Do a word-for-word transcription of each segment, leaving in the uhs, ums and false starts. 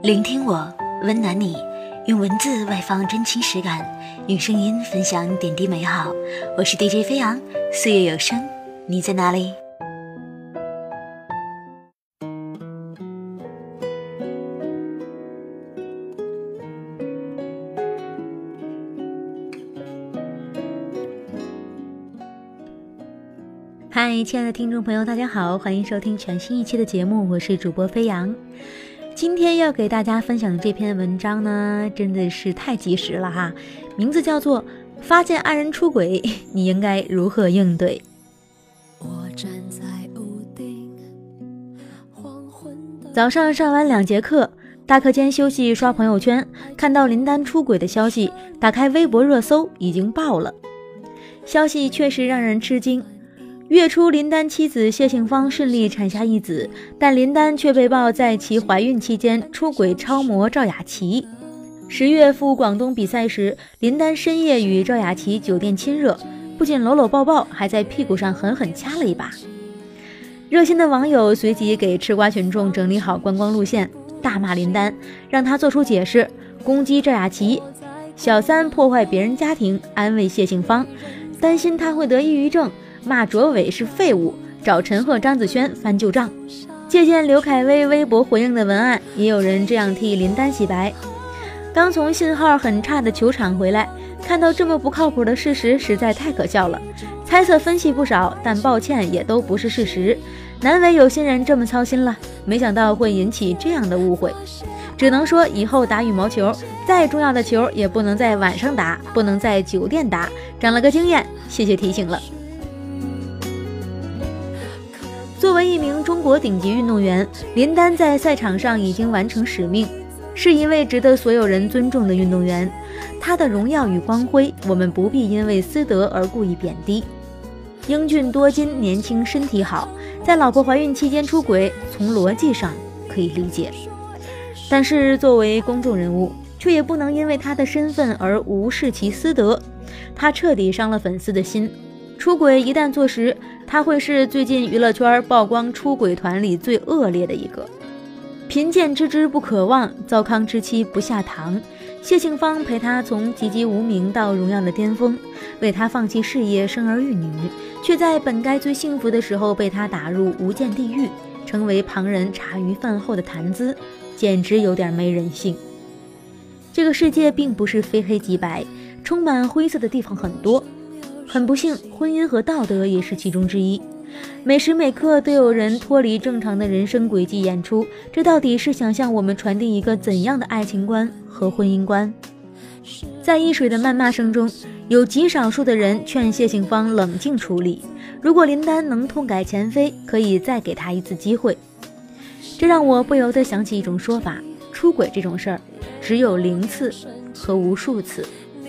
聆听我，温暖你，用文字外放真情实感，用声音分享点滴美好。我是 D J 飞扬，岁月有声，你在哪里？嗨，亲爱的听众朋友，大家好，欢迎收听全新一期的节目，我是主播飞扬。今天要给大家分享的这篇文章呢，真的是太及时了哈，名字叫做发现爱人出轨，你应该如何应对。我站在屋顶，早上上完两节课，大课间休息刷朋友圈，看到林丹出轨的消息，打开微博热搜已经爆了。消息确实让人吃惊，月初林丹妻子谢杏芳顺利产下一子，但林丹却被曝在其怀孕期间出轨超模赵雅琪。十月赴广东比赛时，林丹深夜与赵雅琪酒店亲热，不仅搂搂抱抱，还在屁股上狠狠掐了一把。热心的网友随即给吃瓜群众整理好观光路线，大骂林丹，让他做出解释，攻击赵雅琪，小三破坏别人家庭，安慰谢杏芳，担心他会得抑郁症，骂卓伟是废物，找陈赫张子萱翻旧账。借鉴刘恺威微博回应的文案，也有人这样替林丹洗白。刚从信号很差的球场回来，看到这么不靠谱的事实实在太可笑了，猜测分析不少，但抱歉也都不是事实，难为有心人这么操心了，没想到会引起这样的误会。只能说以后打羽毛球，再重要的球也不能在晚上打，不能在酒店打，长了个经验，谢谢提醒了。作为一名中国顶级运动员，林丹在赛场上已经完成使命，是一位值得所有人尊重的运动员。他的荣耀与光辉，我们不必因为私德而故意贬低。英俊多金，年轻身体好，在老婆怀孕期间出轨，从逻辑上可以理解。但是作为公众人物，却也不能因为他的身份而无视其私德，他彻底伤了粉丝的心。出轨一旦坐实，他会是最近娱乐圈曝光出轨团里最恶劣的一个。贫贱之知不可忘，糟糠之妻不下堂。谢杏芳陪他从籍籍无名到荣耀的巅峰，为他放弃事业生儿育女，却在本该最幸福的时候被他打入无间地狱，成为旁人茶余饭后的谈资，简直有点没人性。这个世界并不是非黑即白，充满灰色的地方很多。很不幸，婚姻和道德也是其中之一。每时每刻都有人脱离正常的人生轨迹演出，这到底是想向我们传递一个怎样的爱情观和婚姻观？在一水的谩骂声中，有极少数的人劝谢杏芳冷静处理，如果林丹能痛改前非，可以再给他一次机会。这让我不由得想起一种说法，出轨这种事儿只有零次和无数次。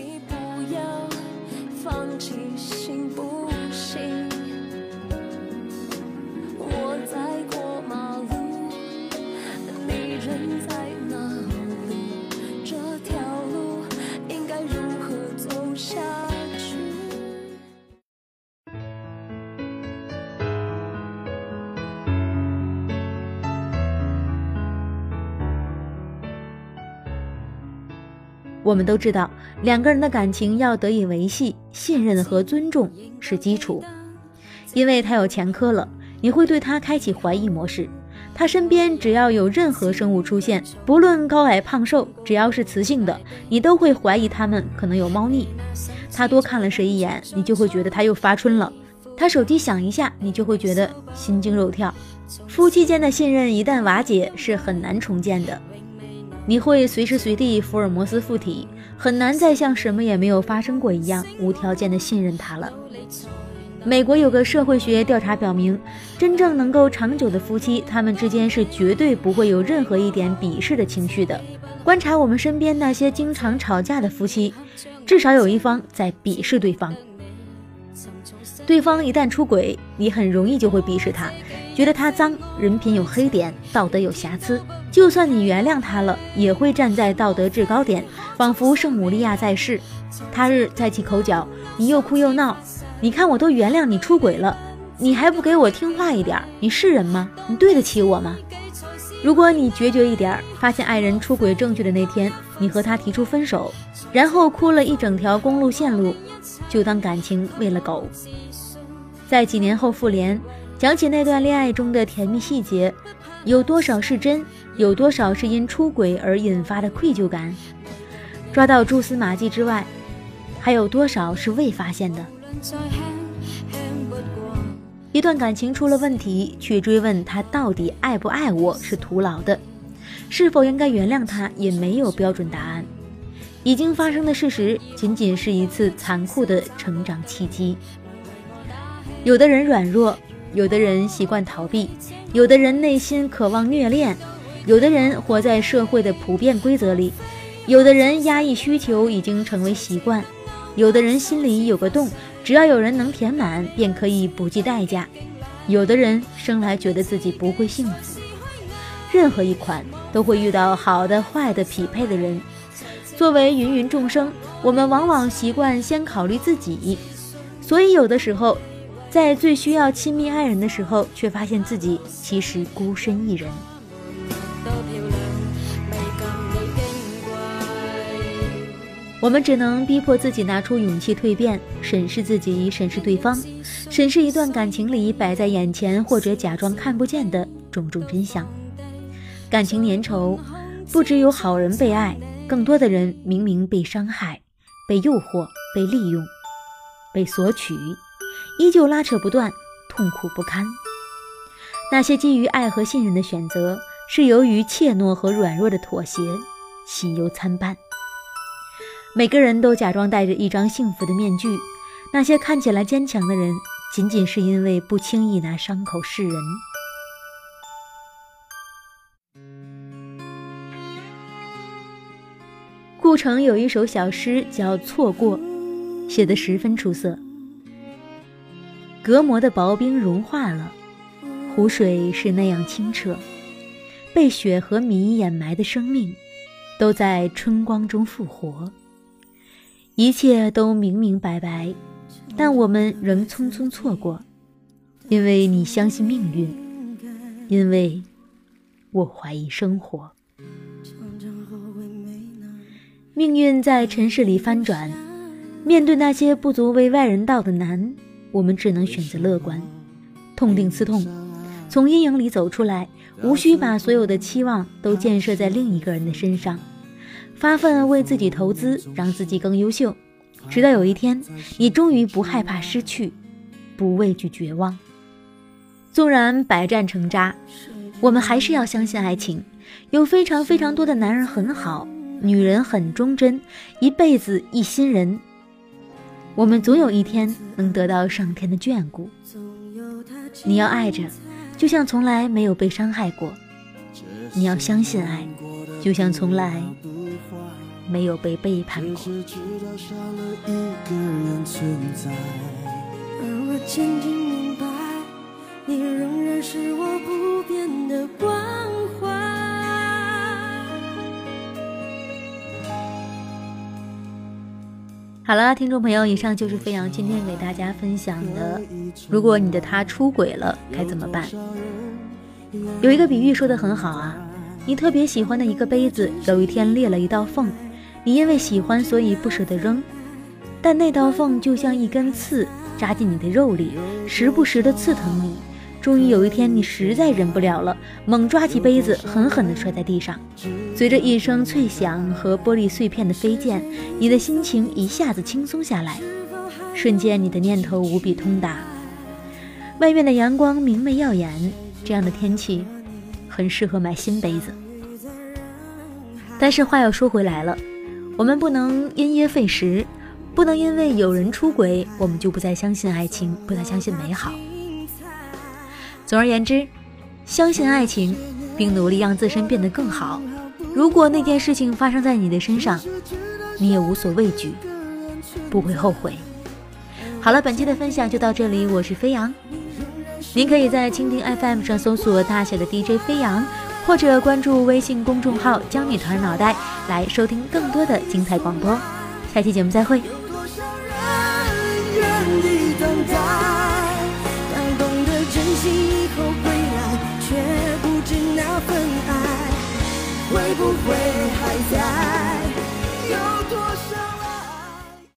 我们都知道，两个人的感情要得以维系，信任和尊重是基础。因为他有前科了，你会对他开启怀疑模式。他身边只要有任何生物出现，不论高矮胖瘦，只要是雌性的，你都会怀疑他们可能有猫腻。他多看了谁一眼，你就会觉得他又发春了。他手机响一下，你就会觉得心惊肉跳。夫妻间的信任一旦瓦解，是很难重建的。你会随时随地福尔摩斯附体，很难再像什么也没有发生过一样无条件的信任他了。美国有个社会学调查表明，真正能够长久的夫妻，他们之间是绝对不会有任何一点鄙视的情绪的。观察我们身边那些经常吵架的夫妻，至少有一方在鄙视对方。对方一旦出轨，你很容易就会鄙视他，觉得他脏，人品有黑点，道德有瑕疵。就算你原谅他了，也会站在道德制高点，仿佛圣母利亚在世。他日再起口角，你又哭又闹，你看我都原谅你出轨了，你还不给我听话一点，你是人吗？你对得起我吗？ 如果你决绝一点，发现爱人出轨证据的那天，你和他提出分手，然后哭了一整条公路线路，就当感情喂了狗。在几年后复联，讲起那段恋爱中的甜蜜细节，有多少是真，有多少是因出轨而引发的愧疚感，抓到蛛丝马迹之外，还有多少是未发现的。一段感情出了问题，去追问他到底爱不爱我是徒劳的，是否应该原谅他也没有标准答案。已经发生的事实仅仅是一次残酷的成长契机。有的人软弱，有的人习惯逃避，有的人内心渴望虐恋，有的人活在社会的普遍规则里，有的人压抑需求已经成为习惯，有的人心里有个洞，只要有人能填满便可以不计代价，有的人生来觉得自己不会幸福。任何一款都会遇到好的坏的匹配的人，作为芸芸众生，我们往往习惯先考虑自己，所以有的时候在最需要亲密爱人的时候，却发现自己其实孤身一人。我们只能逼迫自己拿出勇气蜕变，审视自己，审视对方，审视一段感情里摆在眼前或者假装看不见的种种真相。感情粘稠，不只有好人被爱，更多的人明明被伤害，被诱惑，被利用，被索取，依旧拉扯不断，痛苦不堪。那些基于爱和信任的选择，是由于怯懦和软弱的妥协，喜忧参半。每个人都假装戴着一张幸福的面具，那些看起来坚强的人，仅仅是因为不轻易拿伤口示人。顾城有一首小诗叫《错过》，写得十分出色。隔膜的薄冰融化了，湖水是那样清澈，被雪和米掩埋的生命都在春光中复活。一切都明明白白，但我们仍匆匆错过，因为你相信命运，因为我怀疑生活。命运在尘世里翻转，面对那些不足为外人道的难，我们只能选择乐观，痛定思痛，从阴影里走出来，无需把所有的期望都建设在另一个人的身上，发奋为自己投资，让自己更优秀，直到有一天你终于不害怕失去，不畏惧绝望。纵然百战成渣，我们还是要相信爱情。有非常非常多的男人很好，女人很忠贞，一辈子一心人，我们总有一天能得到上天的眷顾。你要爱着，就像从来没有被伤害过，你要相信爱，就像从来没有被背叛过。 而我渐渐明白，你仍然是我不变的关怀。 好了，听众朋友，以上就是飞扬今天给大家分享的，如果你的他出轨了该怎么办。有一个比喻说得很好啊，你特别喜欢的一个杯子有一天裂了一道缝，你因为喜欢所以不舍得扔，但那道缝就像一根刺扎进你的肉里，时不时的刺疼你。终于有一天你实在忍不了了，猛抓起杯子狠狠地摔在地上，随着一声脆响和玻璃碎片的飞溅，你的心情一下子轻松下来，瞬间你的念头无比通达。外面的阳光明媚耀眼，这样的天气很适合买新杯子。但是话又说回来了，我们不能因噎废食，不能因为有人出轨我们就不再相信爱情，不再相信美好。总而言之，相信爱情并努力让自身变得更好。如果那件事情发生在你的身上，你也无所畏惧，不会后悔。好了，本期的分享就到这里，我是飞扬。您可以在蜻蜓 F M 上搜索大写的 D J 飞扬，或者关注微信公众号江女团脑袋来收听更多的精彩广播。下期节目再会。 以后归来，却不知那份爱会不会还在？有多少？